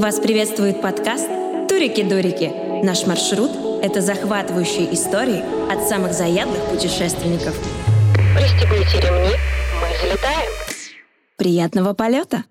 Вас приветствует подкаст «Турики-дурики». Наш маршрут – это захватывающие истории от самых заядлых путешественников. Пристегните ремни, мы взлетаем. Приятного полета!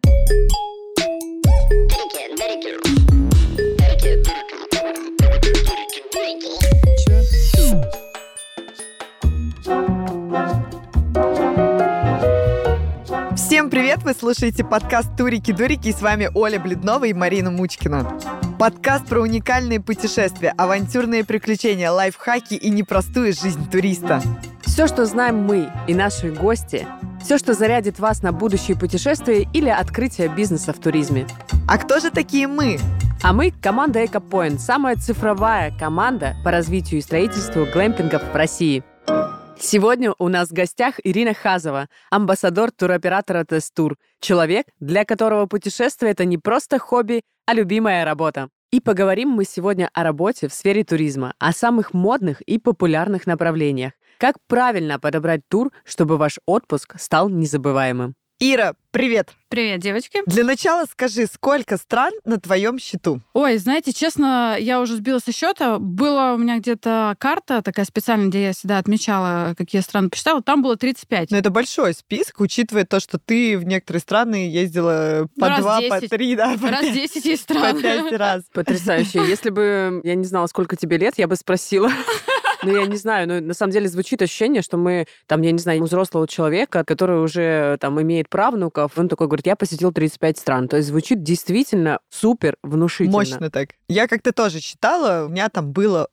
Всем привет! Вы слушаете подкаст «Турики-дурики», и с вами Оля Бледнова и Марина Мучкина. Подкаст про уникальные путешествия, авантюрные приключения, лайфхаки и непростую жизнь туриста. Все, что знаем мы и наши гости, все, что зарядит вас на будущие путешествия или открытие бизнеса в туризме. А кто же такие мы? А мы — команда EcoPoint, самая цифровая команда по развитию и строительству глэмпингов в России. Сегодня у нас в гостях Ирина Хазова, амбассадор туроператора Тест-Тур, человек, для которого путешествие — это не просто хобби, а любимая работа. И поговорим мы сегодня о работе в сфере туризма, о самых модных и популярных направлениях. Как правильно подобрать тур, чтобы ваш отпуск стал незабываемым? Ира, привет! Привет, девочки. Для начала скажи, сколько стран на твоем счету? Ой, знаете, честно, я уже сбила со счета. Была у меня где-то карта такая специальная, где я всегда отмечала, какие страны посчитала. Там было 35. Но это большой список, учитывая то, что ты в некоторые страны ездила по раз 2, 10. по 3, да, по Раз 5, 10 есть по стран. 5 раз. Потрясающе. Если бы я не знала, сколько тебе лет, я бы спросила. Ну, я не знаю, но на самом деле звучит ощущение, что мы, там, я не знаю, у взрослого человека, который уже там имеет правнуков, он такой говорит, я посетил 35 стран. То есть звучит действительно супер внушительно. Мощно так. Я как-то тоже считала, у меня там было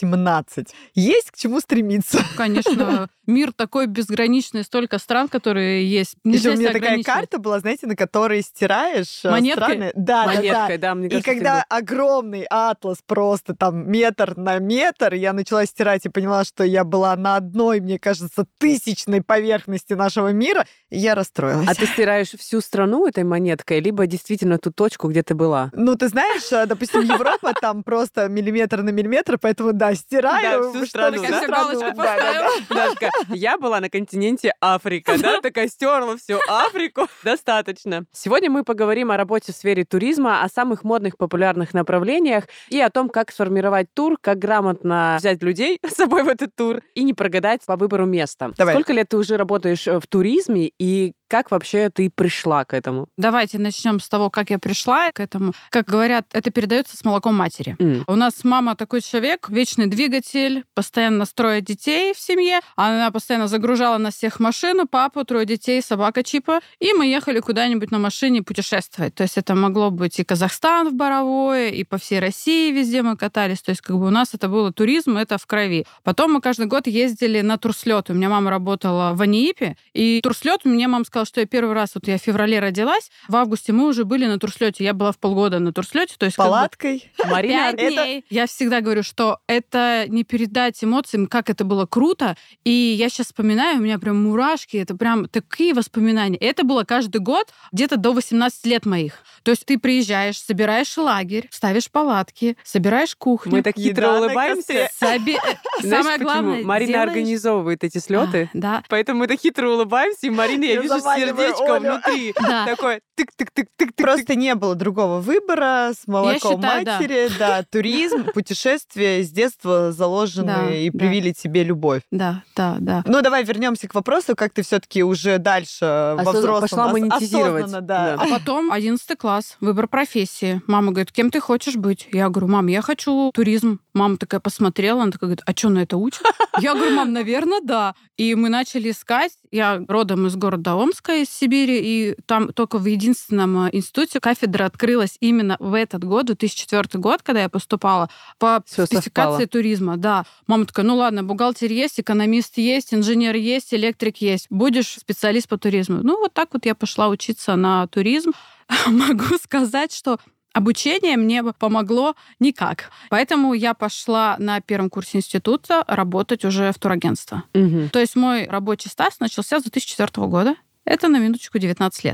18. Есть к чему стремиться. Конечно, мир такой безграничный, столько стран, которые есть. Еще Нельзя у меня себя такая ограничивать. карта была, знаете, на которой стираешь Монеткой? страны. Да, Монеткой, да. да, мне И кажется, когда огромный атлас просто там метр на метр, я начала стирать и поняла, что я была на одной, мне кажется, тысячной поверхности нашего мира, и я расстроилась. А ты стираешь всю страну этой монеткой, либо действительно ту точку, где ты была? Ну, ты знаешь, допустим, Европа там просто миллиметр на миллиметр, поэтому, да, стираю. Да, всю чтобы страну, всю да? Всю страну. галочку Да, да, да. Даже такая, я была на континенте Африка, да, такая стерла всю Африку. Достаточно. Сегодня мы поговорим о работе в сфере туризма, о самых модных популярных направлениях и о том, как сформировать тур, как грамотно взять людей с собой в этот тур и не прогадать по выбору места. Давай. Сколько лет ты уже работаешь в туризме и как вообще ты пришла к этому? Давайте начнем с того, как я пришла к этому. Как говорят, это передается с молоком матери. У нас мама такой человек, вечный двигатель, постоянно строит детей в семье. Она постоянно загружала нас всех в машину, папу, 3 детей, собака Чипа. И мы ехали куда-нибудь на машине путешествовать. То есть это могло быть и Казахстан в Боровое, и по всей России везде мы катались. То есть как бы у нас это было туризм, это в крови. Потом мы каждый год ездили на турслёт. У меня мама работала в АНИИПе, и турслёт, мне мама сказала, что я первый раз, вот я в феврале родилась, в августе мы уже были на турслёте. Я была в полгода на турслёте. То есть Палаткой. Марина, 5 дней. Я всегда говорю, что это не передать эмоциям, как это было круто. И я сейчас вспоминаю, у меня прям мурашки, это прям такие воспоминания. И это было каждый год, где-то до 18 лет моих. То есть ты приезжаешь, собираешь лагерь, ставишь палатки, собираешь кухню. мы так хитро Еда на улыбаемся. Самое Знаешь, главное, почему? Марина делаешь- организовывает эти слеты. Да. Поэтому мы так хитро улыбаемся, и Марина, я Я вижу заманиваю сердечко Олю. внутри. Да. Такое тык-тык-тык-тык. Просто не было другого выбора с молоком считаю, да. матери. Да, туризм, путешествия с детства заложены Да, и да. привили тебе любовь. Да. Ну, давай вернемся к вопросу, как ты все-таки уже дальше во взрослом пошла монетизировать. осознанно, да. А потом 11 класс, выбор профессии. Мама говорит, кем ты хочешь быть? Я говорю, мам, я хочу туризм. Мама такая посмотрела, она такая говорит, а что на это учат? Я говорю, мам, наверное, да. И мы начали искать. Я родом из города Омска, из Сибири, и там только в единственном институте кафедра открылась именно в этот год, 2004 год, когда я поступала, по Всё спецификации совпало. туризма. Да. Мама такая, ну ладно, бухгалтер есть, экономист есть, инженер есть, электрик есть. Будешь специалист по туризму. Ну, вот так вот я пошла учиться на туризм. Могу сказать, что обучение мне помогло никак. Поэтому я пошла на первом курсе института работать уже в турагентство. Мгм. То есть мой рабочий стаж начался с 2004 года. Это на минуточку 19 лет.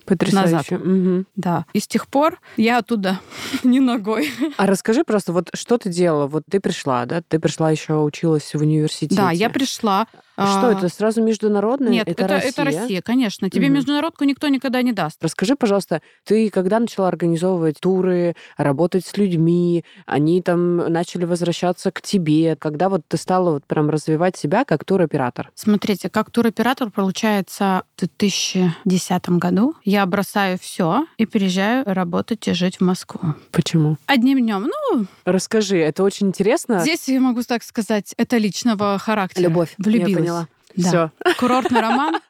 Потрясающе. назад. Да. И с тех пор я оттуда не ногой. А расскажи просто, вот что ты делала? Вот ты пришла, да? Ты пришла еще училась в университете. Да, я пришла. Что это, сразу международное? Нет, это Россия, конечно. Тебе международку никто никогда не даст. Расскажи, пожалуйста, ты когда начала организовывать туры, работать с людьми, они там начали возвращаться к тебе? Когда вот ты стала вот прям развивать себя как туроператор? Смотрите, как туроператор, получается, в 2010 году я бросаю все и переезжаю работать и жить в Москву. Почему? Одним днем. Расскажи, это очень интересно. Здесь я могу так сказать, это личного характера. Любовь. Влюбилась. Я поняла. Да. Всё. Курортный роман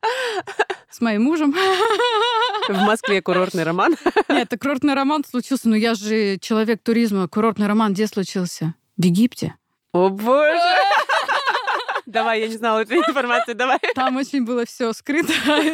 с моим мужем. В Москве курортный роман. Нет, это курортный роман случился, но я же человек туризма. Курортный роман где случился? В Египте. О, боже! Давай, я не знала этой информации, давай. Там очень было все скрыто.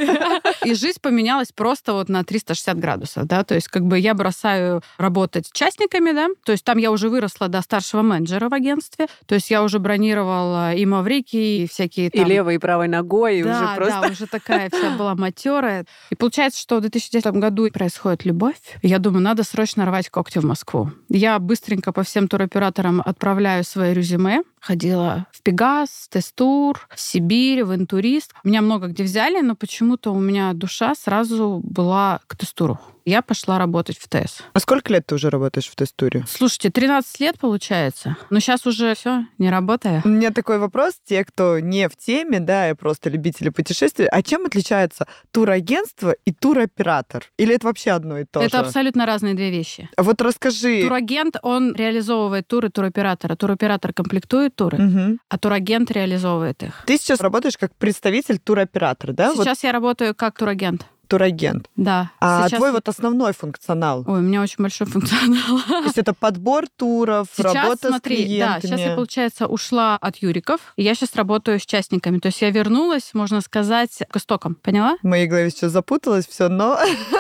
И жизнь поменялась просто вот на 360 градусов, да, то есть как бы я бросаю работать с частниками, да, то есть там я уже выросла до старшего менеджера в агентстве, то есть я уже бронировала и маврики, и всякие там... И левой, и правой ногой, и да, уже просто... Да, уже такая вся была матерая. И получается, что в 2010 году происходит любовь. И я думаю, надо срочно рвать когти в Москву. Я быстренько по всем туроператорам отправляю свои резюме. Ходила в Пегас, Тест-тур, в Сибирь, в Интурист. Меня много где взяли, но почему-то у меня душа сразу была к Тест-туру. Я пошла работать в ТЭС. А сколько лет ты уже работаешь в Тест-туре? Слушайте, 13 лет получается. Но сейчас уже все, не работаю. У меня такой вопрос. Те, кто не в теме, да, и просто любители путешествий, а чем отличается турагентство и туроператор? Или это вообще одно и то же? Это абсолютно разные две вещи. А вот расскажи. Турагент, он реализовывает туры туроператора. Туроператор комплектует туры, а турагент реализовывает их. Ты сейчас работаешь как представитель туроператора, да? Сейчас я работаю как турагент. Турагент. Да. А сейчас... твой вот основной функционал? Ой, у меня очень большой функционал. То есть это подбор туров, сейчас, работа смотри, с клиентами? Да, сейчас я, получается, ушла от юриков, и я сейчас работаю с частниками. То есть я вернулась, можно сказать, к истокам. Поняла? В моей голове сейчас запуталось все, но...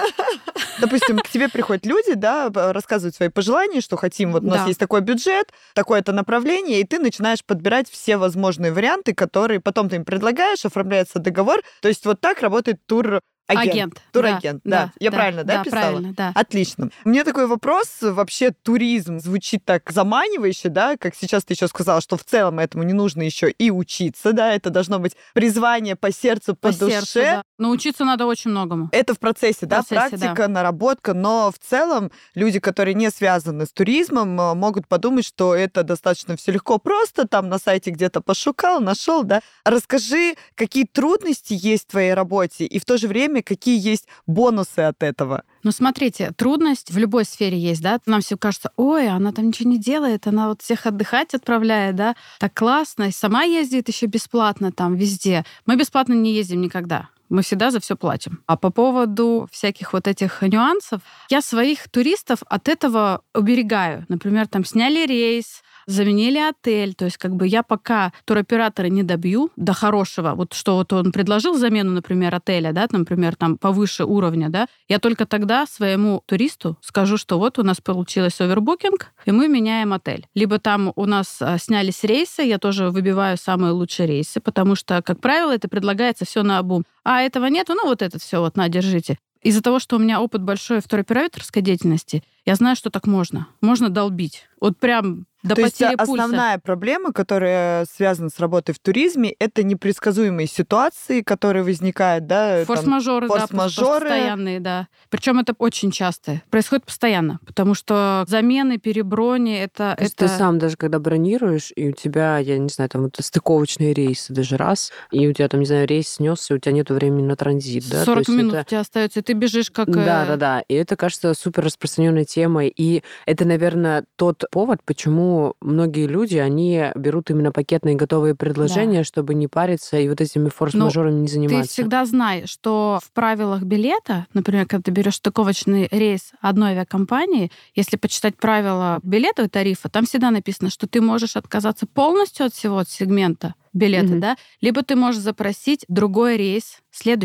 Допустим, к тебе приходят люди, да, рассказывают свои пожелания, что хотим, вот у нас есть такой бюджет, такое-то направление, и ты начинаешь подбирать все возможные варианты, которые потом ты им предлагаешь, оформляется договор. То есть вот так работает турагент. Турагент, да. Я правильно, да, писала? Правильно, да. Отлично. У меня такой вопрос. Вообще туризм звучит так заманивающе, да, как сейчас ты еще сказала, что в целом этому не нужно еще и учиться, да, это должно быть призвание по сердцу, по душе. Сердцу, да. Но учиться надо очень многому. Это в процессе, да, практика, да. наработка, но в целом люди, которые не связаны с туризмом, могут подумать, что это достаточно все легко, просто там на сайте где-то пошукал, нашел, да. Расскажи, какие трудности есть в твоей работе и в то же время какие есть бонусы от этого? Ну, смотрите, трудность в любой сфере есть, да. Нам все кажется, ой, она там ничего не делает, она вот всех отдыхать отправляет, да. Так классно, и сама ездит еще бесплатно там везде. Мы бесплатно не ездим никогда. Мы всегда за все платим. А по поводу всяких вот этих нюансов, я своих туристов от этого уберегаю. Например, там сняли рейс, заменили отель. То есть как бы я пока туроператора не добью до хорошего, вот что вот он предложил замену, например, отеля, да, например, там повыше уровня, да, я только тогда своему туристу скажу, что вот у нас получилось овербукинг, и мы меняем отель. Либо там у нас снялись рейсы, я тоже выбиваю самые лучшие рейсы, потому что, как правило, это предлагается все наобум. А этого нету, ну вот это все вот, на, держите. Из-за того, что у меня опыт большой в туроператорской деятельности, я знаю, что так можно. Можно долбить. Вот прям до потери пульса. Основная проблема, которая связана с работой в туризме, это непредсказуемые ситуации, которые возникают, да? Форс-мажоры, да, постоянные, да. Причем это очень часто. Происходит постоянно, потому что замены, переброни, это... Ты сам даже когда бронируешь, и у тебя, я не знаю, там вот стыковочные рейсы даже раз, и у тебя там, не знаю, рейс снесся, у тебя нет времени на транзит, да? 40 минут у тебя остается, и ты бежишь как... Да. И это, кажется, супер распространенной темой. И это, наверное, тот повод, почему многие люди, они берут именно пакетные готовые предложения, чтобы не париться и вот этими форс-мажорами не заниматься. Ты всегда знай, что в правилах билета, например, когда ты берешь стыковочный рейс одной авиакомпании, если почитать правила билета и тарифа, там всегда написано, что ты можешь отказаться полностью от всего от сегмента билета, да, либо ты можешь запросить другой рейс, следующий.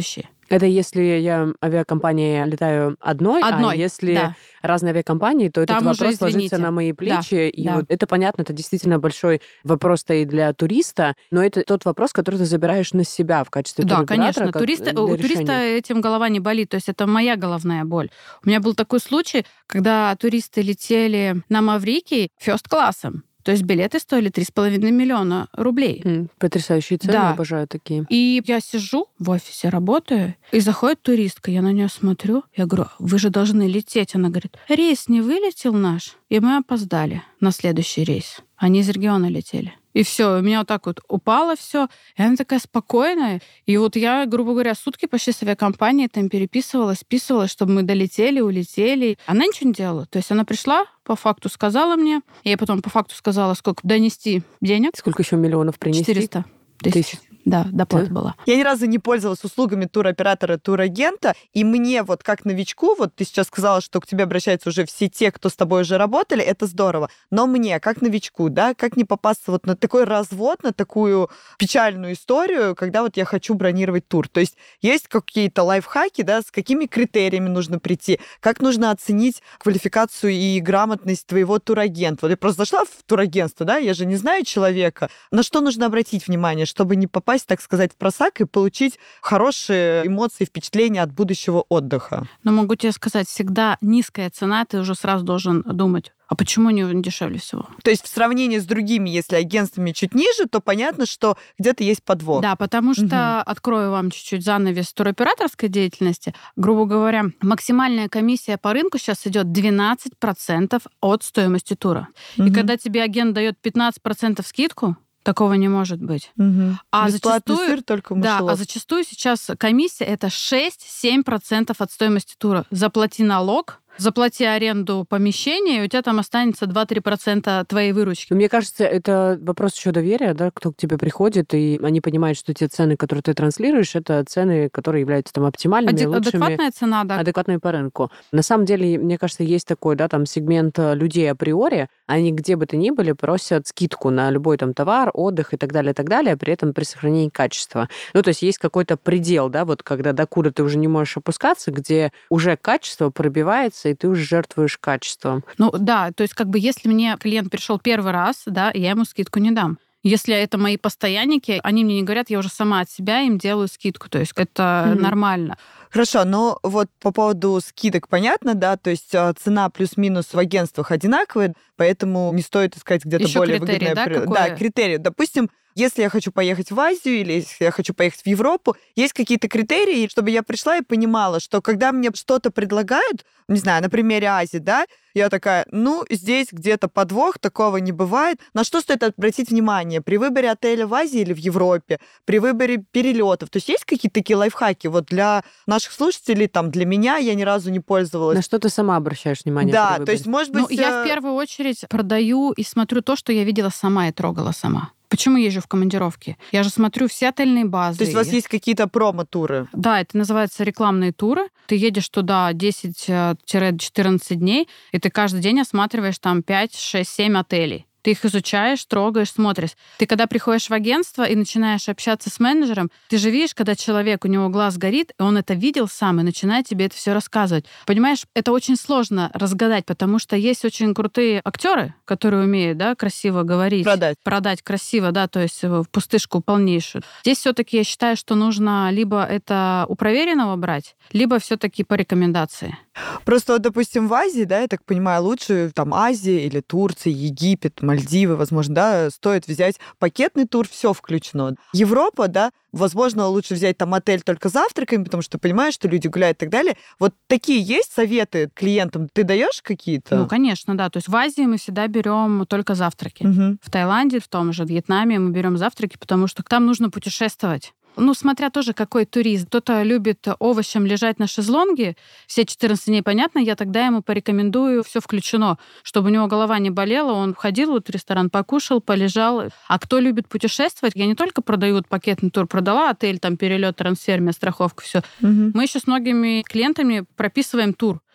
Это если я авиакомпанией летаю одной, а если разные авиакомпании, то там этот вопрос ложится на мои плечи. И вот это понятно, это действительно большой вопрос-то и для туриста, но это тот вопрос, который ты забираешь на себя в качестве туроператора. Да, конечно. У туриста этим голова не болит, то есть это моя головная боль. У меня был такой случай, когда туристы летели на Маврикий фёрст-классом. То есть билеты стоили 3,5 миллиона рублей. Потрясающие цены, обожаю такие. И я сижу в офисе, работаю, и заходит туристка, я на нее смотрю, я говорю, вы же должны лететь. Она говорит, рейс не вылетел наш, и мы опоздали на следующий рейс. Они из региона летели. И все, у меня вот так вот упало все. И она такая спокойная. И вот я, грубо говоря, сутки почти с авиакомпанией там переписывалась, списывалась, чтобы мы долетели, улетели. Она ничего не делала. То есть она пришла, по факту сказала мне. Я потом по факту сказала, сколько донести денег. Сколько еще миллионов принести? 400 тысяч. Да, доплата была. Я ни разу не пользовалась услугами туроператора, турагента, и мне вот как новичку, вот ты сейчас сказала, что к тебе обращаются уже все те, кто с тобой уже работали, это здорово. Но мне, как новичку, да, как не попасться вот на такой развод, на такую печальную историю, когда вот я хочу бронировать тур. То есть есть какие-то лайфхаки, да, с какими критериями нужно прийти, как нужно оценить квалификацию и грамотность твоего турагента. Вот я просто зашла в турагентство, да, я же не знаю человека. На что нужно обратить внимание, чтобы не попасть, так сказать, в просак и получить хорошие эмоции, впечатления от будущего отдыха? Но могу тебе сказать, всегда низкая цена, ты уже сразу должен думать, а почему не дешевле всего? То есть в сравнении с другими, если агентствами чуть ниже, то понятно, что где-то есть подвох. Да, потому что, открою вам чуть-чуть занавес туроператорской деятельности, грубо говоря, максимальная комиссия по рынку сейчас идет 12% от стоимости тура. И когда тебе агент дает 15% скидку, такого не может быть. А бесплатный сыр, только мышелов. Да, а зачастую сейчас комиссия это 6-7% от стоимости тура. Заплати налог, заплати аренду помещения, и у тебя там останется 2-3% твоей выручки. Мне кажется, это вопрос еще доверия, да, кто к тебе приходит, и они понимают, что те цены, которые ты транслируешь, это цены, которые являются там оптимальными, лучшими. Адекватная цена, да. Адекватные по рынку. На самом деле, мне кажется, есть такой, да, там сегмент людей априори, они где бы то ни были просят скидку на любой там товар, отдых и так далее, при этом при сохранении качества. Ну, то есть есть какой-то предел, да, вот когда докуда ты уже не можешь опускаться, где уже качество пробивается, и ты уже жертвуешь качеством. Ну да, то есть как бы если мне клиент пришел первый раз, да, я ему скидку не дам. Если это мои постоянники, они мне не говорят, я уже сама от себя им делаю скидку. То есть это нормально. Хорошо, но вот по поводу скидок понятно, да, то есть цена плюс-минус в агентствах одинаковая, поэтому не стоит искать где-то еще более критерий, выгодное... Да, критерии. Допустим, если я хочу поехать в Азию или если я хочу поехать в Европу, есть какие-то критерии, чтобы я пришла и понимала, что когда мне что-то предлагают, не знаю, на примере Азии, да, я такая, ну, здесь где-то подвох, такого не бывает. На что стоит обратить внимание при выборе отеля в Азии или в Европе, при выборе перелетов? То есть есть какие-то такие лайфхаки? Вот для наших слушателей, там, для меня, я ни разу не пользовалась. На что ты сама обращаешь внимание? Да, то есть, может быть... Ну, я в первую очередь продаю и смотрю то, что я видела сама и трогала сама. Почему езжу в командировки? Я же смотрю все отельные базы. То есть у вас есть какие-то промо-туры? Да, это называется рекламные туры. Ты едешь туда 10-14 дней, и ты каждый день осматриваешь там 5, 6, 7 отелей. Ты их изучаешь, трогаешь, смотришь. Ты когда приходишь в агентство и начинаешь общаться с менеджером, ты же видишь, когда человек, у него глаз горит, и он это видел сам и начинает тебе это все рассказывать. Понимаешь, это очень сложно разгадать, потому что есть очень крутые актеры, которые умеют, да, красиво говорить. Продать красиво, да, то есть в пустышку полнейшую. Здесь все-таки я считаю, что нужно либо это у проверенного брать, либо все-таки по рекомендации. Просто, вот, допустим, в Азии, да, я так понимаю, лучше там Азия или Турция, Египет, Мальдивы, возможно, да, стоит взять пакетный тур, все включено. Европа, да, возможно, лучше взять там отель только с завтраками, потому что понимаешь, что люди гуляют и так далее. Вот такие есть советы клиентам? Ты даешь какие-то? Ну, конечно, да. То есть в Азии мы всегда берем только завтраки. В Таиланде, в том же Вьетнаме мы берем завтраки, потому что там нужно путешествовать. Ну, смотря тоже, какой турист. Кто-то любит овощем лежать на шезлонге все 14 дней, понятно, я тогда ему порекомендую, все включено, чтобы у него голова не болела, он ходил в ресторан, покушал, полежал. А кто любит путешествовать, я не только продаю пакетный тур, продала отель, там, перелет, трансфер, страховка, все. Мы еще с многими клиентами прописываем тур.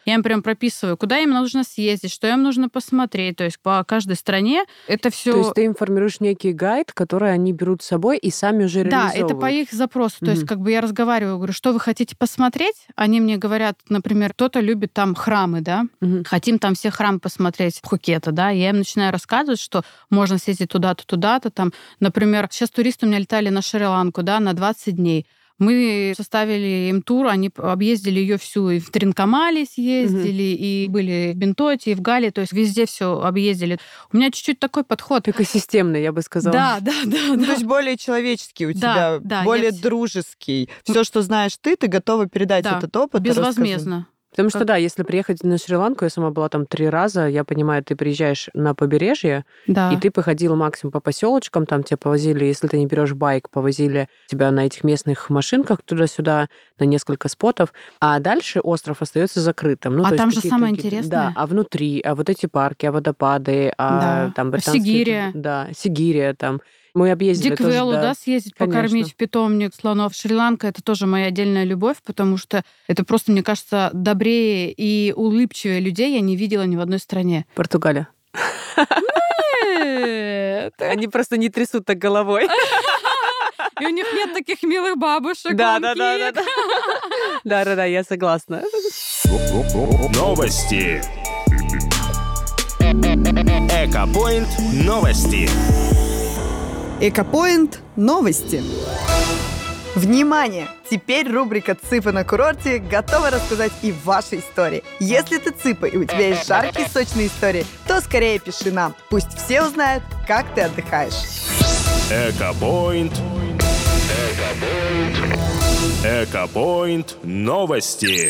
Я им прям прописываю, куда им нужно съездить, что им нужно посмотреть. То есть по каждой стране это все. То есть ты им формируешь некий гайд, который они берут с собой и сами уже реализовывают. Да, это по их запросу. То есть как бы я разговариваю, говорю, что вы хотите посмотреть? Они мне говорят, например, кто-то любит там храмы, да? Хотим там все храмы посмотреть Пхукета, да? Я им начинаю рассказывать, что можно съездить туда-то, туда-то. Там, например, сейчас туристы у меня летали на Шри-Ланку, да, на 20 дней. Мы составили им тур, они объездили ее всю, и в Тринкомале съездили, и были в Бентоте, и в Галле, то есть везде все объездили. У меня чуть-чуть такой подход. Экосистемный, я бы сказала. Да. То есть более человеческий у тебя, более дружеский. Все, что знаешь ты готова передать этот опыт. Безвозмездно. Потому что, да, если приехать на Шри-Ланку, я сама была там 3 раза, я понимаю, ты приезжаешь на побережье, и ты походила максимум по поселочкам, там тебя повозили, если ты не берешь байк, повозили тебя на этих местных машинках туда-сюда, на несколько спотов, а дальше остров остается закрытым. А там же самое интересное. Да, а внутри, а вот эти парки, а водопады, там британские... Сигирия. Да, Сигирия там. Мы объездили Диквеллу, тоже, съездить, конечно. Покормить в питомник слонов. Шри-Ланка — это тоже моя отдельная любовь, потому что это просто, мне кажется, добрее и улыбчивее людей я не видела ни в одной стране. Португалия. Нет. Они просто не трясут так головой. И у них нет таких милых бабушек. Да. Да, я согласна. Новости. Экопоинт новости. Экопоинт новости. Внимание! Теперь рубрика «Цыпы на курорте» готова рассказать и ваши истории. Если ты цыпа и у тебя есть жаркие сочные истории, то скорее пиши нам. Пусть все узнают, как ты отдыхаешь. Экопоинт. Экопоинт новости.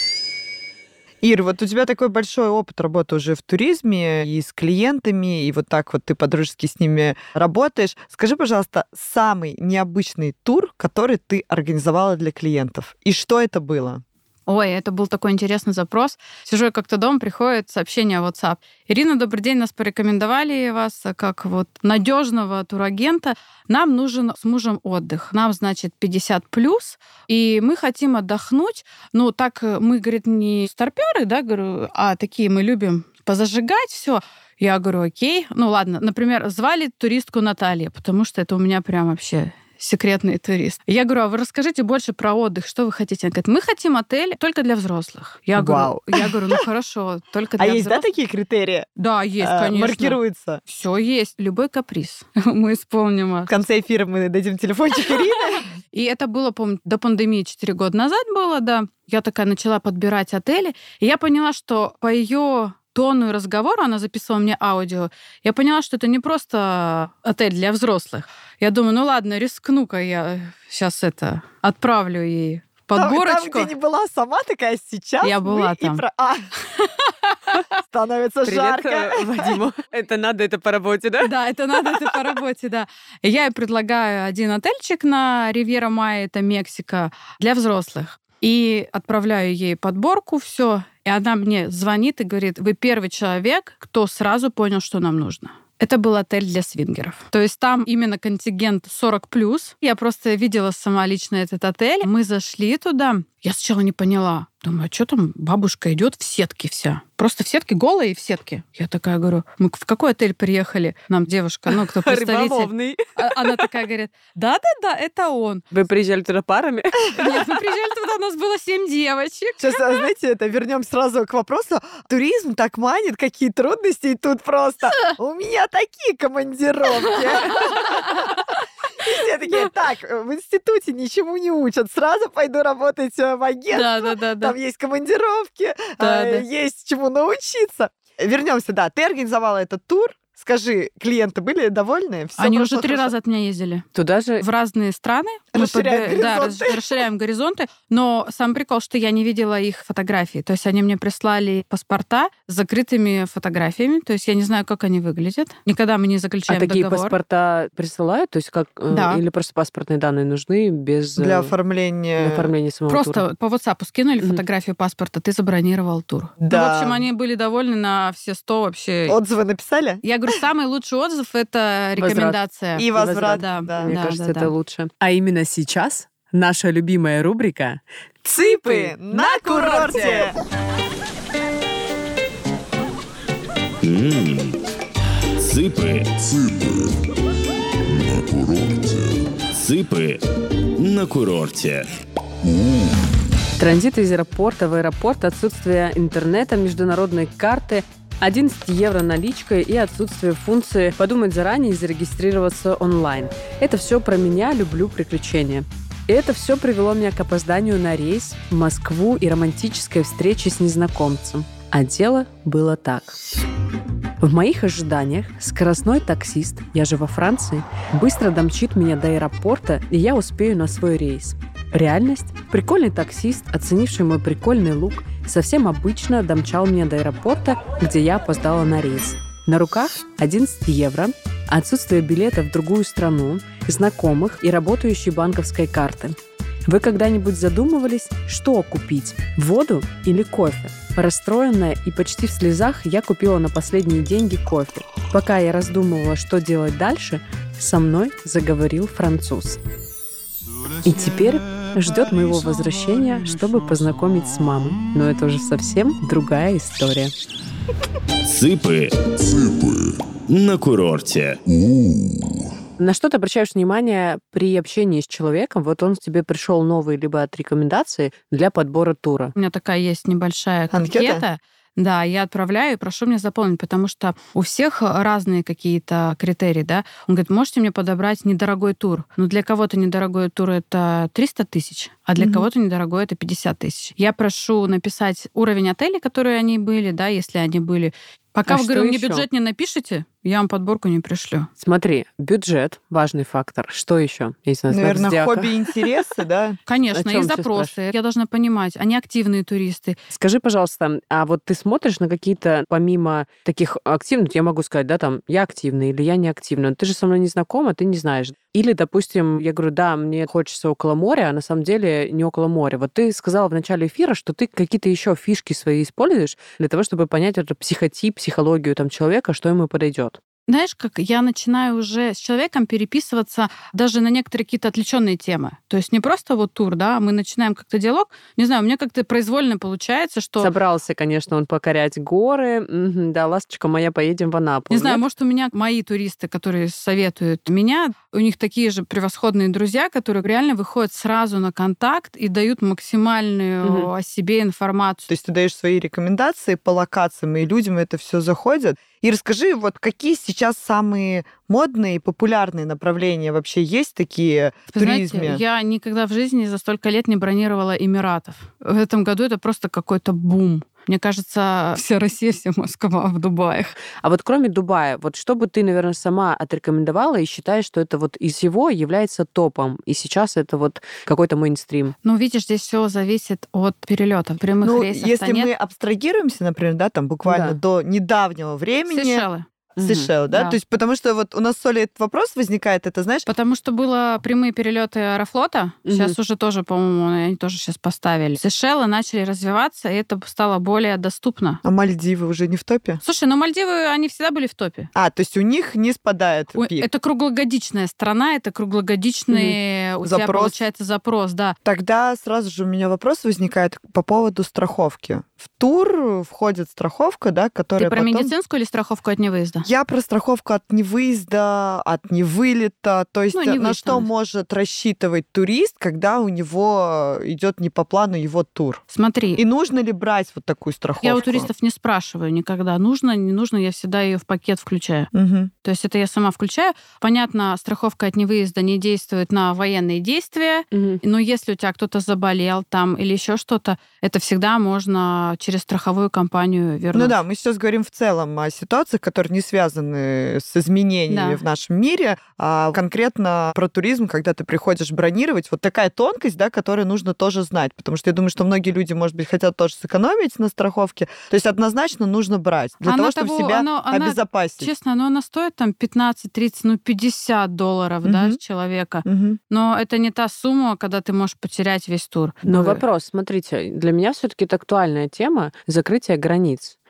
Ир, вот у тебя такой большой опыт работы уже в туризме и с клиентами, и вот так вот ты по-дружески с ними работаешь. Скажи, пожалуйста, самый необычный тур, который ты организовала для клиентов, и что это было? Ой, это был такой интересный запрос. Сижу я как-то дома, приходит сообщение в WhatsApp. Ирина, добрый день, нас порекомендовали вас как вот надежного турагента. Нам нужен с мужем отдых. Нам, значит, 50+, и мы хотим отдохнуть. Ну, так мы, говорит, не старпёры, да, говорю, а такие мы любим позажигать все. Я говорю, окей. Ну, ладно, например, звали туристку Наталья, потому что это у меня прям вообще... секретный турист. Я говорю, а вы расскажите больше про отдых, что вы хотите? Она говорит, мы хотим отель только для взрослых. Я говорю, ну хорошо, только для взрослых. А есть, да, такие критерии? Да, есть, конечно. Маркируется? Все есть, любой каприз мы исполним. В конце эфира мы дадим телефончик Ирины. И это было, помню, до пандемии 4 года назад было, да. Я такая начала подбирать отели, и я поняла, что по ее тону и разговору, она записывала мне аудио, я поняла, что это не просто отель для взрослых. Я думаю, ну ладно, рискну-ка я сейчас отправлю ей подборочку. Там, где не была сама такая, сейчас я была там. Становится жарко. Вадиму. Это надо, это по работе, да? Да, это надо, это по работе, да. Я ей предлагаю один отельчик на Ривьера Майя, это Мексика, для взрослых. И отправляю ей подборку, все. И она мне звонит и говорит, вы первый человек, кто сразу понял, что нам нужно. Это был отель для свингеров. То есть там именно контингент 40+. Я просто видела сама лично этот отель. Мы зашли туда. Я сначала не поняла. Думаю, а что там бабушка идет в сетке вся? Просто в сетке, голая и в сетке. Я такая говорю, мы в какой отель приехали? Нам девушка, кто представитель. Рыболовный. Она такая говорит, да-да-да, это он. Вы приезжали туда парами? Нет, мы приезжали туда, у нас было 7 девочек. Сейчас, знаете, вернем сразу к вопросу. Туризм так манит, какие трудности, и тут просто у меня такие командировки. И все такие, так, в институте ничему не учат, сразу пойду работать в агентство, там есть командировки, есть чему научиться. Вернемся, да, ты организовала этот тур. Скажи, клиенты были довольны? Всё Они уже 3 хорошо? раза от меня ездили. Туда же? В разные страны. Расширяем горизонты. Но сам прикол, что я не видела их фотографий. То есть они мне прислали паспорта с закрытыми фотографиями. То есть я не знаю, как они выглядят. Никогда мы не заключаем договор. А такие паспорта присылают? То есть как? Да. Или просто паспортные данные нужны без... Для оформления самого просто тура? По WhatsApp скинули фотографию паспорта, ты забронировал тур. Да. Ну, в общем, они были довольны на все 100 вообще. Отзывы написали? Я говорю, самый лучший отзыв — это рекомендация. И возврат. Да. Мне кажется, это лучше. А именно сейчас наша любимая рубрика «Цыпы на курорте». Цыпы. Цыпы на курорте. Транзит из аэропорта в аэропорт, отсутствие интернета, международной карты, 11 евро наличкой и отсутствие функции подумать заранее и зарегистрироваться онлайн. Это все про меня, люблю приключения. И это все привело меня к опозданию на рейс в Москву и романтической встрече с незнакомцем. А дело было так. В моих ожиданиях скоростной таксист, я же во Франции, быстро домчит меня до аэропорта, и я успею на свой рейс. Реальность? Прикольный таксист, оценивший мой прикольный лук, совсем обычно домчал меня до аэропорта, где я опоздала на рейс. На руках 11 евро, отсутствие билета в другую страну, знакомых и работающей банковской карты. Вы когда-нибудь задумывались, что купить – воду или кофе? Расстроенная и почти в слезах, я купила на последние деньги кофе. Пока я раздумывала, что делать дальше, со мной заговорил француз. И теперь ждет моего возвращения, чтобы познакомить с мамой. Но это уже совсем другая история. Цыпы на курорте. На что ты обращаешь внимание при общении с человеком? Вот он тебе пришел новый либо от рекомендации для подбора тура. У меня такая есть небольшая анкета. Да, я отправляю и прошу меня заполнить, потому что у всех разные какие-то критерии, да. Он говорит, можете мне подобрать недорогой тур? Но для кого-то недорогой тур — это 300 тысяч, а для кого-то недорогой — это 50 тысяч. Я прошу написать уровень отелей, которые они были, да, если они были. Пока вы, говорю, мне бюджет не напишите, я вам подборку не пришлю. Смотри, бюджет — важный фактор. Что еще? Наверное, хобби и интересы, да? Конечно, и запросы. Я должна понимать, они активные туристы. Скажи, пожалуйста, а вот ты смотришь на какие-то, помимо таких активных, я могу сказать, да, там, я активный или я не активный, но ты же со мной не знакома, ты не знаешь. Или, допустим, я говорю, да, мне хочется около моря, а на самом деле не около моря. Вот ты сказала в начале эфира, что ты какие-то еще фишки свои используешь для того, чтобы понять это психотип, психологию там человека, что ему подойдет. Знаешь, как я начинаю уже с человеком переписываться даже на некоторые какие-то отвлеченные темы. То есть не просто вот тур, да, мы начинаем как-то диалог. Не знаю, у меня как-то произвольно получается, что... Собрался, конечно, он покорять горы. Да, ласточка моя, поедем в Анапу. Не знаю, может, у меня мои туристы, которые советуют меня, у них такие же превосходные друзья, которые реально выходят сразу на контакт и дают максимальную о себе информацию. То есть ты даешь свои рекомендации по локациям, и людям это все заходит. И расскажи, вот какие сейчас самые модные и популярные направления вообще есть такие в туризме? Знаете, я никогда в жизни за столько лет не бронировала Эмиратов. В этом году это просто какой-то бум. Мне кажется, вся Россия, вся Москва в Дубае. А вот кроме Дубая, вот что бы ты, наверное, сама отрекомендовала и считаешь, что это вот из всего является топом, и сейчас это вот какой-то мейнстрим? Ну, видишь, здесь все зависит от перелетов. Прямых рейсов если нет. мы абстрагируемся, например, да, там буквально до недавнего времени... Сейшелы. Сейшелы, да? То есть потому что вот у нас с Олей этот вопрос возникает, это знаешь... Потому что было прямые перелеты Аэрофлота, сейчас уже тоже, по-моему, они тоже сейчас поставили. Сейшелы начали развиваться, и это стало более доступно. А Мальдивы уже не в топе? Слушай, Мальдивы, они всегда были в топе. То есть у них не спадает пик. Это круглогодичная страна, это круглогодичный у тебя получается запрос, да. Тогда сразу же у меня вопрос возникает по поводу страховки. В тур входит страховка, да, которая Ты про медицинскую или страховку от невыезда? Я про страховку от невыезда, от невылета. То есть на что может рассчитывать турист, когда у него идет не по плану его тур? Смотри. И нужно ли брать вот такую страховку? Я у туристов не спрашиваю никогда, нужно, не нужно, я всегда ее в пакет включаю. То есть это я сама включаю. Понятно, страховка от невыезда не действует на военные действия, но если у тебя кто-то заболел там или еще что-то, это всегда можно через страховую компанию вернуть. Ну да, мы сейчас говорим в целом о ситуациях, которые не связаны с изменениями в нашем мире, а конкретно про туризм, когда ты приходишь бронировать, вот такая тонкость, да, которую нужно тоже знать, потому что я думаю, что многие люди, может быть, хотят тоже сэкономить на страховке, то есть однозначно нужно брать для того, чтобы себя обезопасить. Честно, она стоит там 15, 30, $50, да, с человека, но это не та сумма, когда ты можешь потерять весь тур. Но вопрос, смотрите, для меня все-таки это актуальная тема закрытия границ.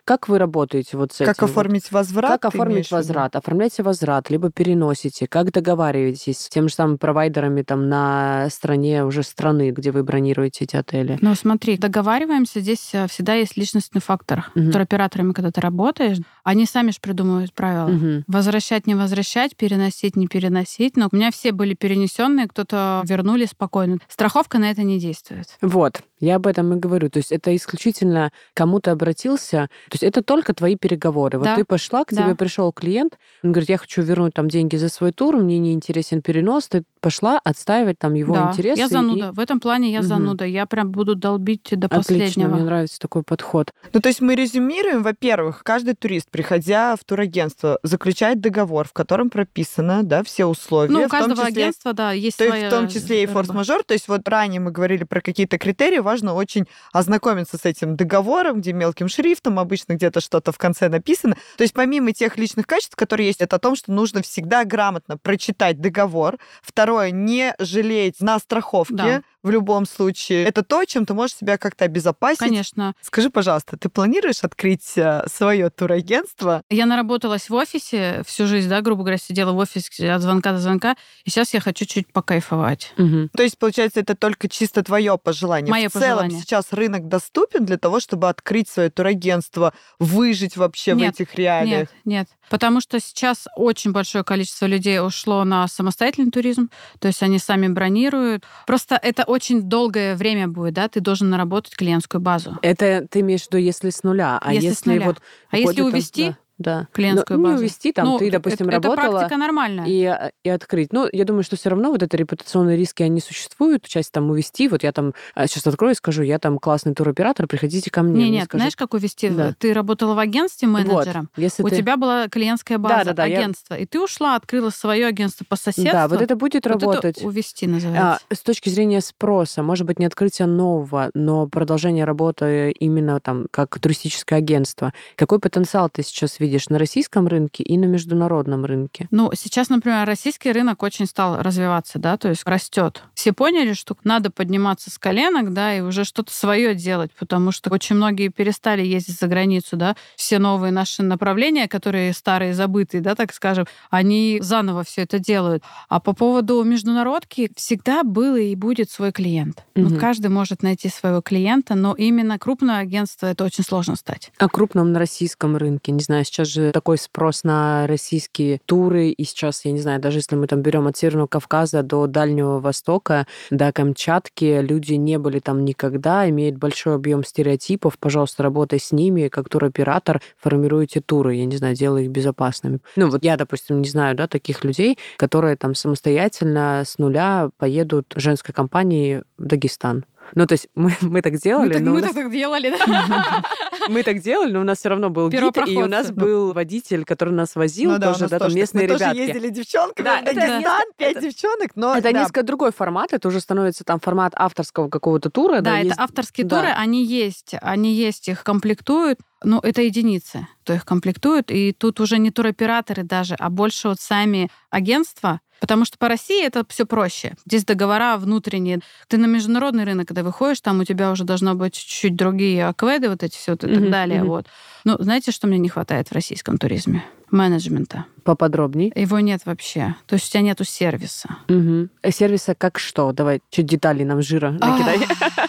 Как вы работаете вот с этим? Как оформить возврат? Как оформить возврат? Оформляйте возврат, либо переносите. Как договариваетесь с тем же самым провайдерами там на уже страны, где вы бронируете эти отели? Ну, смотри, договариваемся, здесь всегда есть личностный фактор. Туроператорами, когда ты работаешь, они сами же придумывают правила. Возвращать, не возвращать, переносить, не переносить. Но у меня все были перенесенные, кто-то вернули спокойно. Страховка на это не действует. Вот, я об этом и говорю. То есть это исключительно кому-то обратился. То есть это только твои переговоры. Вот ты пошла, к тебе пришел клиент, он говорит, я хочу вернуть там деньги за свой тур, мне не интересен перенос. Ты пошла отстаивать там его интересы. Я зануда. В этом плане я зануда. Я прям буду долбить до последнего. Отлично, мне нравится такой подход. Ну, то есть мы резюмируем, во-первых, каждый турист, приходя в турагентство, заключает договор, в котором прописано, да, все условия. Ну, у каждого агентства, да, есть своя... В том числе и форс-мажор. То есть вот ранее мы говорили про какие-то критерии, важно очень ознакомиться с этим договором, где мелким шрифтом, обычно где-то что-то в конце написано. То есть помимо тех личных качеств, которые есть, это о том, что нужно всегда грамотно прочитать договор. Второе, не жалеть на страховке. В любом случае. Это то, чем ты можешь себя как-то обезопасить. Конечно. Скажи, пожалуйста, ты планируешь открыть свое турагентство? Я наработалась в офисе всю жизнь, да, грубо говоря, сидела в офисе от звонка до звонка, и сейчас я хочу чуть покайфовать. То есть, получается, это только чисто твое пожелание. Мое в целом пожелание. сейчас рынок доступен для того, чтобы открыть свое турагентство, выжить вообще в этих реалиях? Нет. Потому что сейчас очень большое количество людей ушло на самостоятельный туризм, то есть они сами бронируют. Просто это очень долгое время будет, да, ты должен наработать клиентскую базу. Это ты имеешь в виду, если с нуля. Если с нуля. Вот если увести... Да. Клиентскую базу. Не увести, там ты, допустим, работала... Это практика нормальная. И открыть. Ну, я думаю, что все равно вот это репутационные риски, они существуют. Часть там увести. Вот я там сейчас открою и скажу, я там классный туроператор, приходите ко мне. Нет, знаешь, как увести? Да. Ты работала в агентстве менеджером, вот. У тебя была клиентская база, агентство, и ты ушла, открыла свое агентство по соседству. Да, вот это будет работать. Это увести называется. С точки зрения спроса, может быть, не открытие нового, но продолжение работы именно там как туристическое агентство. Какой потенциал ты сейчас видишь на российском рынке и на международном рынке? Ну, сейчас, например, российский рынок очень стал развиваться, да, то есть растет. Все поняли, что надо подниматься с коленок, да, и уже что-то свое делать, потому что очень многие перестали ездить за границу, да. Все новые наши направления, которые старые, забытые, да, так скажем, они заново все это делают. А по поводу международки всегда был и будет свой клиент. Ну, каждый может найти своего клиента, но именно крупное агентство это очень сложно стать. А крупном на российском рынке, не знаю, сейчас же такой спрос на российские туры, и сейчас, я не знаю, даже если мы там берем от Северного Кавказа до Дальнего Востока, до Камчатки, люди не были там никогда, имеют большой объем стереотипов, пожалуйста, работай с ними, как туроператор, формируйте туры, я не знаю, делай их безопасными. Ну, вот я, допустим, не знаю, да, таких людей, которые там самостоятельно с нуля поедут женской компанией в Дагестан. Ну, то есть мы так делали. Мы так делали, да? Мы так делали, но у нас все равно был гид, и у нас был водитель, который нас возил, тоже, да, там местные ребятки. Мы тоже ездили девчонками в Дагестан, 5 девчонок, но... Это несколько другой формат, это уже становится там формат авторского какого-то тура. Да, это авторские туры, они есть, их комплектуют, но это единицы, кто их комплектует, и тут уже не туроператоры даже, а больше вот сами агентства, потому что по России это все проще. Здесь договора внутренние. Ты на международный рынок, когда выходишь, там у тебя уже должно быть чуть-чуть другие акведы, вот эти все и так далее. Вот. Ну, знаете, что мне не хватает в российском туризме? Менеджмента. Поподробнее. Его нет вообще. То есть у тебя нету сервиса. Сервиса как что? Давай чуть деталей нам жира накидай.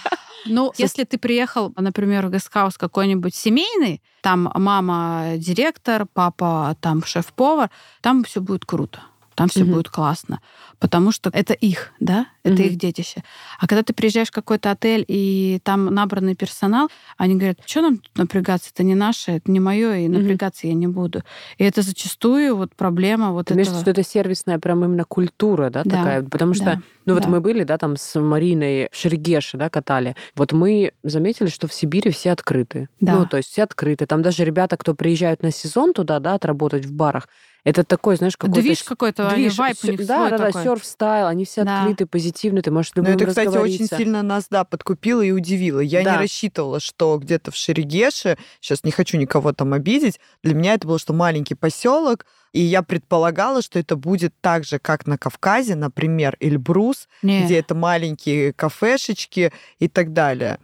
Ну, если ты приехал, например, в гестхаус какой-нибудь семейный, там мама директор, папа там шеф-повар, там все будет круто. Там все будет классно, потому что это их, да, это их детище. А когда ты приезжаешь в какой-то отель, и там набранный персонал, они говорят, что нам тут напрягаться, это не наше, это не мое, и напрягаться я не буду. И это зачастую вот проблема вот этого. Ты имеешь, что это сервисная прям именно культура, да, такая? Потому что, вот мы были, да, там с Мариной в Шерегеше, да, катали. Вот мы заметили, что в Сибири все открыты. Да. Ну, то есть все открыты. Там даже ребята, кто приезжают на сезон туда, да, отработать в барах, это такой, знаешь, какой-то... Движ какой-то, вайб у них свой такой. Да, серф-стайл, они все открыты, позитивны, ты можешь с любым разговориться. Это, кстати, очень сильно нас, подкупило и удивило. Я не рассчитывала, что где-то в Шерегеше, сейчас не хочу никого там обидеть, для меня это было, что маленький поселок, и я предполагала, что это будет так же, как на Кавказе, например, Эльбрус, где это маленькие кафешечки и так далее.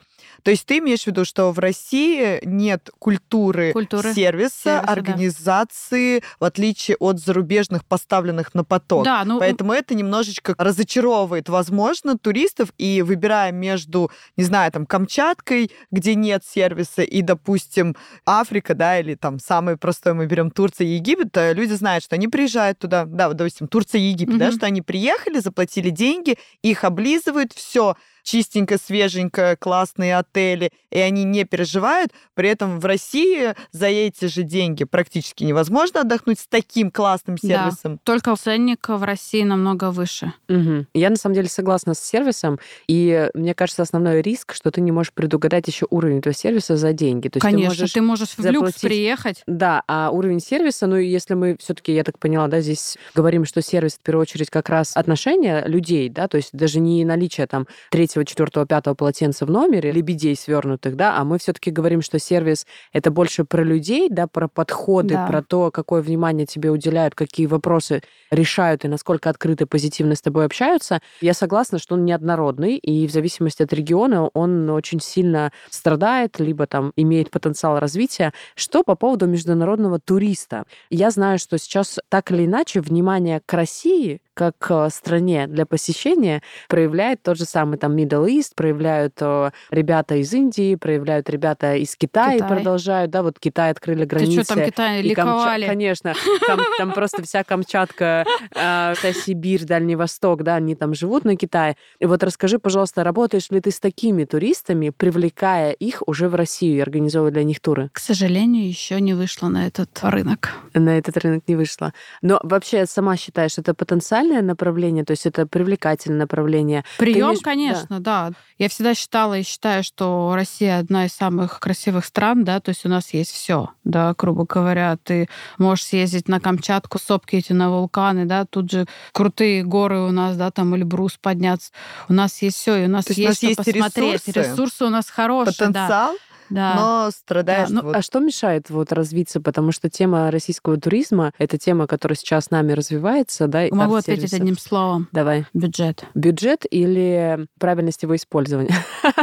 То есть ты имеешь в виду, что в России нет культуры сервиса, организации, да, в отличие от зарубежных, поставленных на поток. Да, поэтому это немножечко разочаровывает, возможно, туристов, и выбирая между, не знаю, там, Камчаткой, где нет сервиса, и, допустим, Африка, да, или там самый простой, мы берем Турция и Египет, люди знают, что они приезжают туда, да, вот, допустим, Турция и Египет, да, что они приехали, заплатили деньги, их облизывают, все чистенько, свеженько, классные отели, и они не переживают. При этом в России за эти же деньги практически невозможно отдохнуть с таким классным сервисом. Да, только ценник в России намного выше. Угу. Я, на самом деле, согласна с сервисом, и мне кажется, основной риск, что ты не можешь предугадать еще уровень этого сервиса за деньги. То есть конечно, ты можешь в люкс приехать. Да, а уровень сервиса, если мы все-таки, я так поняла, да, здесь говорим, что сервис, в первую очередь, как раз отношения людей, да, то есть даже не наличие там 3, 4, 5 полотенца в номере, лебедей свернутых, да, а мы все-таки говорим, что сервис — это больше про людей, да, про подходы, да, про то, какое внимание тебе уделяют, какие вопросы решают и насколько открыто, позитивно с тобой общаются. Я согласна, что он неоднородный, и в зависимости от региона он очень сильно страдает, либо там имеет потенциал развития. Что по поводу международного туриста? Я знаю, что сейчас так или иначе внимание к России как к стране для посещения проявляет тот же самый там Middle East, проявляют ребята из Индии, проявляют ребята из Китая, продолжают, да, вот Китай открыли границы. Ты что, там Китай ликовали? Конечно, там просто вся Камчатка, вся Сибирь, Дальний Восток, да, они там живут на Китае. И вот расскажи, пожалуйста, работаешь ли ты с такими туристами, привлекая их уже в Россию и организовывая для них туры? К сожалению, еще не вышла на этот рынок. На этот рынок не вышла. Но вообще сама считаешь, это потенциальное направление, то есть это привлекательное направление? Прием, конечно, да. Я всегда считала и считаю, что Россия одна из самых красивых стран, да, то есть у нас есть все, да, грубо говоря. Ты можешь съездить на Камчатку, сопки эти на вулканы, да, тут же крутые горы у нас, да, там Эльбрус подняться. У нас есть все, и у нас есть что посмотреть. Ресурсы у нас хорошие, потенциал. Да. Да. Но страдаешь. Да. А что мешает развиться? Потому что тема российского туризма — это тема, которая сейчас нами развивается, да? Могу ответить одним словом. Давай. Бюджет. Бюджет или правильность его использования?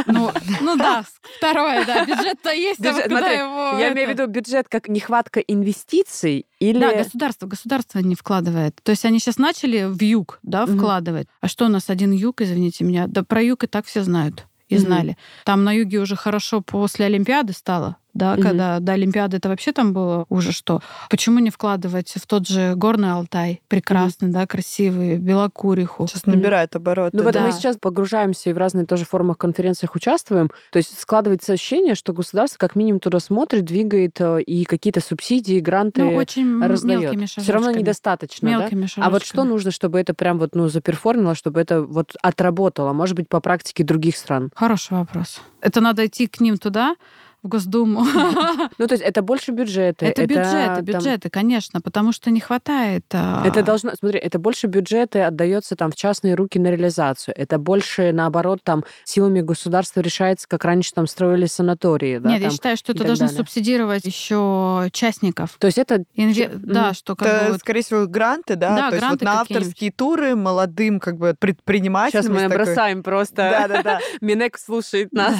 Ну да, второе, да. Бюджет-то есть, а куда его... Я имею в виду бюджет как нехватка инвестиций или... Да, государство не вкладывает. То есть они сейчас начали в юг, да, вкладывать. А что у нас один юг, извините меня? Да про юг и так все знают. И знали. Там на юге уже хорошо после Олимпиады стало. Да, когда до Олимпиады это вообще там было уже что. Почему не вкладывать в тот же Горный Алтай? Прекрасный, да, красивый, Белокуриху. Сейчас набирает обороты. Ну, мы сейчас погружаемся и в разные тоже формах конференциях участвуем. То есть складывается ощущение, что государство как минимум туда смотрит, двигает и какие-то субсидии, гранты раздает. Все равно недостаточно, мелкими да? А вот что нужно, чтобы это прям заперформило, чтобы это отработало? Может быть, по практике других стран? Хороший вопрос. Это надо идти к ним туда, в Госдуму. Ну, то есть это больше бюджеты. Это бюджеты, конечно, потому что не хватает... Это должно... Смотри, это больше бюджеты отдается там в частные руки на реализацию. Это больше, наоборот, там силами государства решается, как раньше там строили санатории. Да, нет, я считаю, что это должно субсидировать еще частников. То есть это... Да, что как бы... Скорее всего, гранты, да? Да, то есть на авторские туры молодым как бы предпринимателям... Сейчас мы набросаем просто. Да. Минэк слушает нас.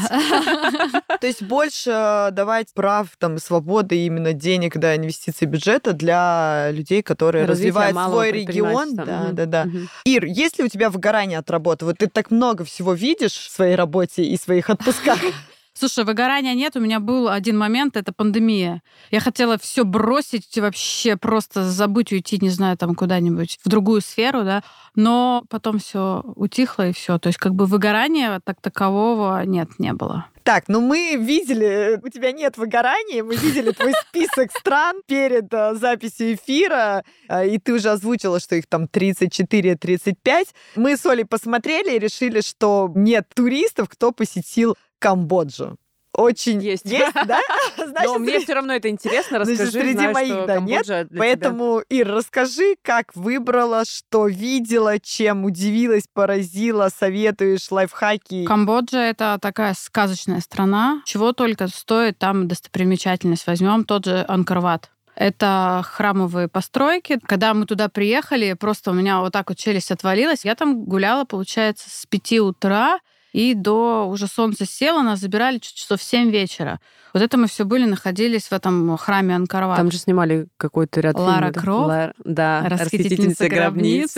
То есть больше давать прав, свободы именно денег, да, инвестиций бюджета для людей, которые развивают свой регион. Да. Ир, есть ли у тебя выгорание от работы? Вот ты так много всего видишь в своей работе и своих отпусках. Слушай, выгорания нет. У меня был один момент, это пандемия. Я хотела все бросить, вообще просто забыть, уйти, не знаю, там куда-нибудь в другую сферу, да. Но потом все утихло, и все. То есть выгорания так такового не было. Так, мы видели, у тебя нет выгорания, мы видели твой список стран перед записью эфира, и ты уже озвучила, что их там 34-35. Мы с Олей посмотрели и решили, что нет туристов, кто посетил Камбоджу. Очень есть, да? Но мне все равно это интересно. Расскажи, среди моих, да, нет. Поэтому, Ир, расскажи, как выбрала, что видела, чем удивилась, поразила, советуешь лайфхаки. Камбоджа — это такая сказочная страна. Чего только стоит там достопримечательность. Возьмем тот же Ангкор-Ват. Это храмовые постройки. Когда мы туда приехали, просто у меня вот так вот челюсть отвалилась. Я там гуляла, получается, с 5 утра. и до уже солнце село, нас забирали часов в 7 вечера. Вот это мы все находились в этом храме Анкор-Ват. Там же снимали какой-то ряд фильмов. Лара Крофт. Да, «Расхитительница гробниц».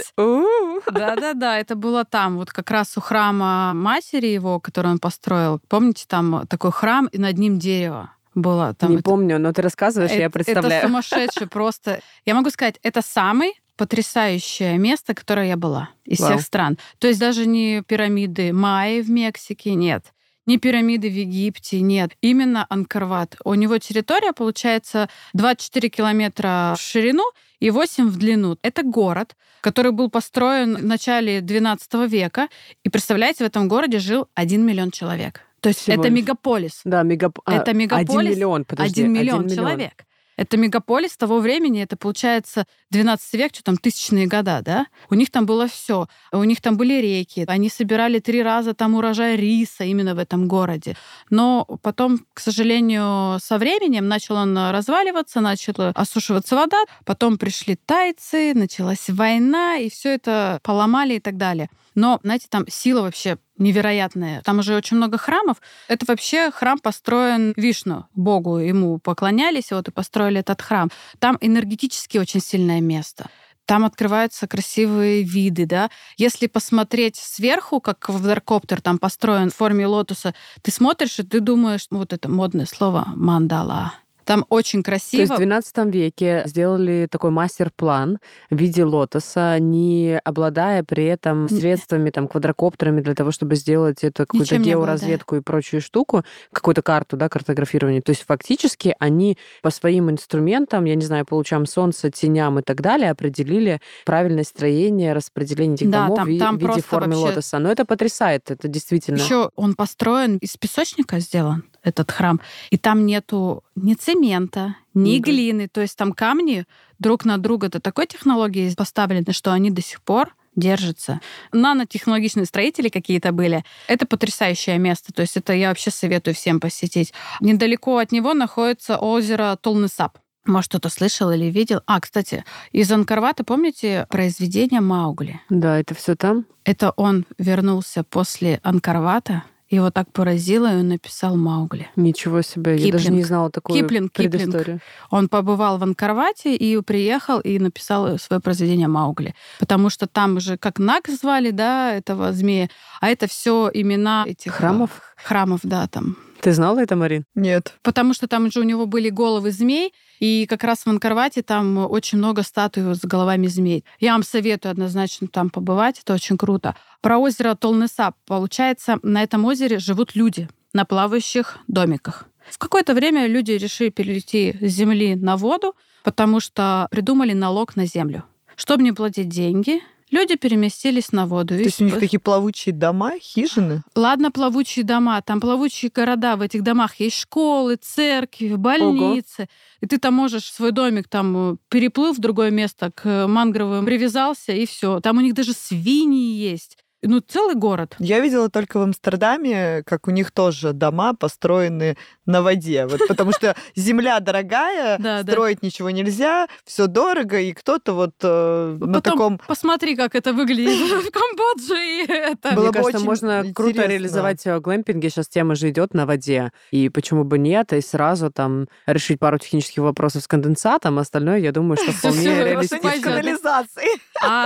Да, это было там, вот как раз у храма матери его, который он построил. Помните, там такой храм, и над ним дерево было. Там не помню, но ты рассказываешь, я представляю. Это сумасшедшее просто. Я могу сказать, это самый потрясающее место, которое я была из всех стран. То есть даже не пирамиды Майи в Мексике, нет. Не пирамиды в Египте, нет. Именно Анкор-Ват. У него территория, получается, 24 километра в ширину и 8 в длину. Это город, который был построен в начале XII века. И, представляете, в этом городе жил 1 миллион человек. То есть это мегаполис. Да, это мегаполис. 1 миллион, подожди. 1 миллион человек. Это мегаполис того времени, это, получается, 12 век, что там, 1000-е года, да? У них там было все. У них там были реки. Они собирали 3 раза там урожай риса именно в этом городе. Но потом, к сожалению, со временем начал он разваливаться, начала осушиваться вода. Потом пришли тайцы, началась война, и все это поломали и так далее. Но, знаете, там сила вообще невероятная. Там уже очень много храмов. Это вообще храм построен Вишну. Богу ему поклонялись, вот и построили этот храм. Там энергетически очень сильное место. Там открываются красивые виды, да. Если посмотреть сверху, как квадрокоптер там построен в форме лотоса, ты смотришь, и ты думаешь, вот это модное слово «мандала». Там очень красиво. То есть в 12 веке сделали такой мастер-план в виде лотоса, не обладая при этом средствами, там, квадрокоптерами для того, чтобы сделать эту какую-то георазведку и прочую штуку, какую-то карту, да, картографирование. То есть фактически они по своим инструментам, я не знаю, по лучам солнца, теням и так далее, определили правильное строение, распределение этих домов в виде формы лотоса. Но это потрясает, это действительно. Еще он построен из песочника сделан, этот храм, и там нету ни цемента, ни глины, то есть там камни друг на друга до такой технологии поставлены, что они до сих пор держатся. Нанотехнологичные строители какие-то были. Это потрясающее место, то есть это я вообще советую всем посетить. Недалеко от него находится озеро Толнесап. Может, кто-то слышал или видел. Кстати, из Анкор-Вата, помните произведение Маугли? Да, это все там. Это он вернулся после Анкор-Вата, его так поразило, и он написал Маугли. Ничего себе, я даже не знала такую предысторию. Киплинг. Он побывал в Анкор-Вате и приехал и написал свое произведение Маугли. Потому что там же как Наг звали, да, этого змея, а это все имена этих храмов, да, там. Ты знала это, Марин? Нет. Потому что там же у него были головы змей, и как раз в Анкор-Вате там очень много статуй с головами змей. Я вам советую однозначно там побывать, это очень круто. Про озеро Толнесап. Получается, на этом озере живут люди на плавающих домиках. В какое-то время люди решили перейти с земли на воду, потому что придумали налог на землю. Чтобы не платить деньги, люди переместились на воду. То есть у них такие плавучие дома, хижины? Ладно, плавучие дома. Там плавучие города. В этих домах есть школы, церкви, больницы. Ого. И ты там можешь свой домик, там, переплыл в другое место, к мангровым привязался, и все. Там у них даже свиньи есть. Целый город. Я видела только в Амстердаме, как у них тоже дома построены на воде. Вот, потому что земля дорогая, строить ничего нельзя, все дорого, и кто-то на таком... Посмотри, как это выглядит в Камбодже. Мне кажется, можно круто реализовать глэмпинги. Сейчас тема же идет на воде. И почему бы нет? И сразу там решить пару технических вопросов с конденсатом. Остальное, я думаю, что вполне реалистично. С канализацией.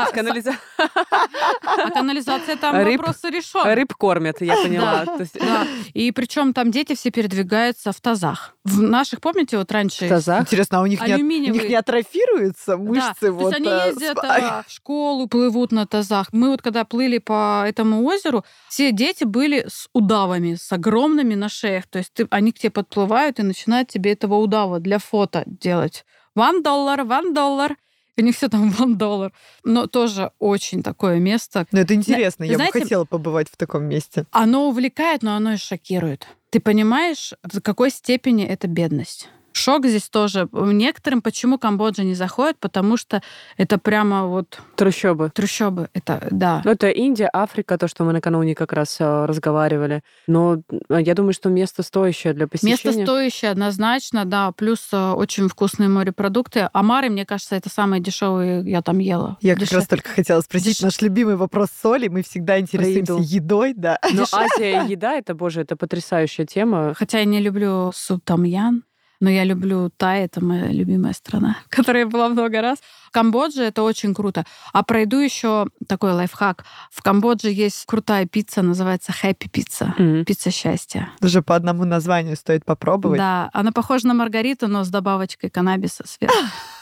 Канализация там вопрос решен. Рыб кормят, я поняла. Да. И причем там дети все передвигаются в тазах. В наших, помните, раньше... В тазах? Интересно, а у них не атрофируются мышцы? Да, то есть они ездят в школу, плывут на тазах. Мы когда плыли по этому озеру, все дети были с удавами, с огромными на шеях. То есть они к тебе подплывают и начинают тебе этого удава для фото делать. $1. У них все там $1. Но тоже очень такое место. Но это интересно. Я бы хотела побывать в таком месте. Оно увлекает, но оно и шокирует. Ты понимаешь, до какой степени это бедность? Шок здесь тоже. Некоторым почему Камбоджа не заходит, потому что это прямо вот... Трущобы. Трущобы, это, да. Ну, это Индия, Африка, то, что мы накануне как раз разговаривали. Но я думаю, что место стоящее для посещения. Место стоящее однозначно, да. Плюс очень вкусные морепродукты. Омары, мне кажется, это самые дешевые я там ела. Я как раз только хотела спросить наш любимый вопрос соли. Мы всегда интересуемся едой, да. Но Азия и еда, это, боже, это потрясающая тема. Хотя я не люблю суп том-ям, но я люблю Тай, это моя любимая страна, в которой я была много раз. Камбоджа — это очень круто. А про еду еще такой лайфхак. В Камбодже есть крутая пицца, называется Happy Pizza. Пицца счастья. Даже по одному названию стоит попробовать. Да, она похожа на маргариту, но с добавочкой каннабиса сверху.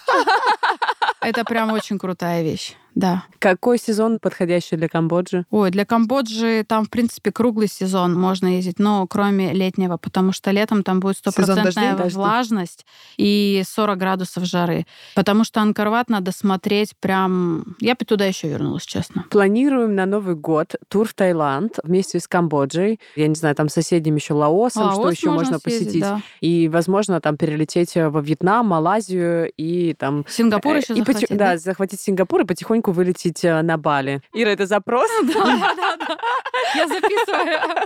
Это прям очень крутая вещь, да. Какой сезон подходящий для Камбоджи? Ой, для Камбоджи там, в принципе, круглый сезон можно ездить, но кроме летнего, потому что летом там будет 100% влажность и 40 градусов жары. Потому что Ангкор-Ват надо смотреть прям... Я бы туда еще вернулась, честно. Планируем на Новый год тур в Таиланд вместе с Камбоджей. Я не знаю, там соседним еще Лаосом, что еще можно посетить. Да. И, возможно, там перелететь во Вьетнам, Малайзию и там... Сингапур еще захватить. Да, захватить Сингапур и потихоньку вылететь на Бали. Ира, это запрос? Да. Я записываю.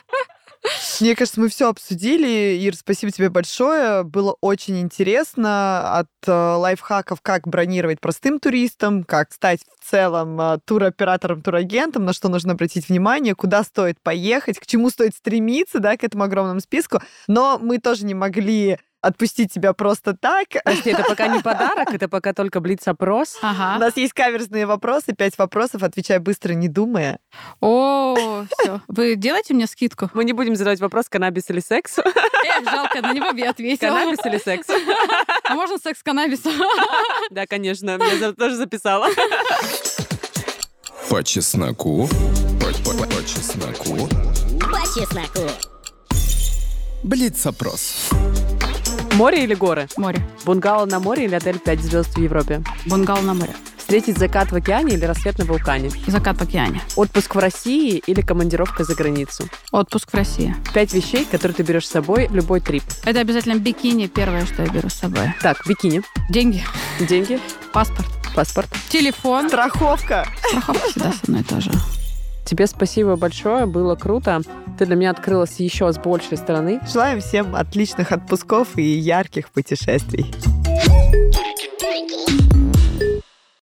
Мне кажется, мы все обсудили. Ир, спасибо тебе большое. Было очень интересно. От лайфхаков, как бронировать простым туристам, как стать в целом туроператором, турагентом, на что нужно обратить внимание, куда стоит поехать, к чему стоит стремиться, да, к этому огромному списку. Но мы тоже не могли отпустить тебя просто так. Подожди, это пока не подарок, это пока только блиц-опрос. Ага. У нас есть каверзные вопросы, 5 вопросов, отвечай быстро, не думая. О, все. Вы делаете мне скидку? Мы не будем задавать вопрос, каннабис или секс. Жалко, на него бы я ответила. Каннабис или секс? А можно секс с каннабисом? Да, конечно, я тоже записала. По чесноку. По чесноку. По чесноку. Блиц-опрос. Море или горы? Море. Бунгало на море или отель 5 звезд в Европе? Бунгало на море. Встретить закат в океане или рассвет на вулкане? Закат в океане. Отпуск в России или командировка за границу? Отпуск в России. 5 вещей, которые ты берешь с собой в любой трип. Это обязательно бикини, первое, что я беру с собой. Так, бикини. Деньги. Деньги. Паспорт. Паспорт. Телефон. Страховка. Страховка всегда со мной тоже. Тебе спасибо большое, было круто. Ты для меня открылась еще с большей стороны. Желаем всем отличных отпусков и ярких путешествий.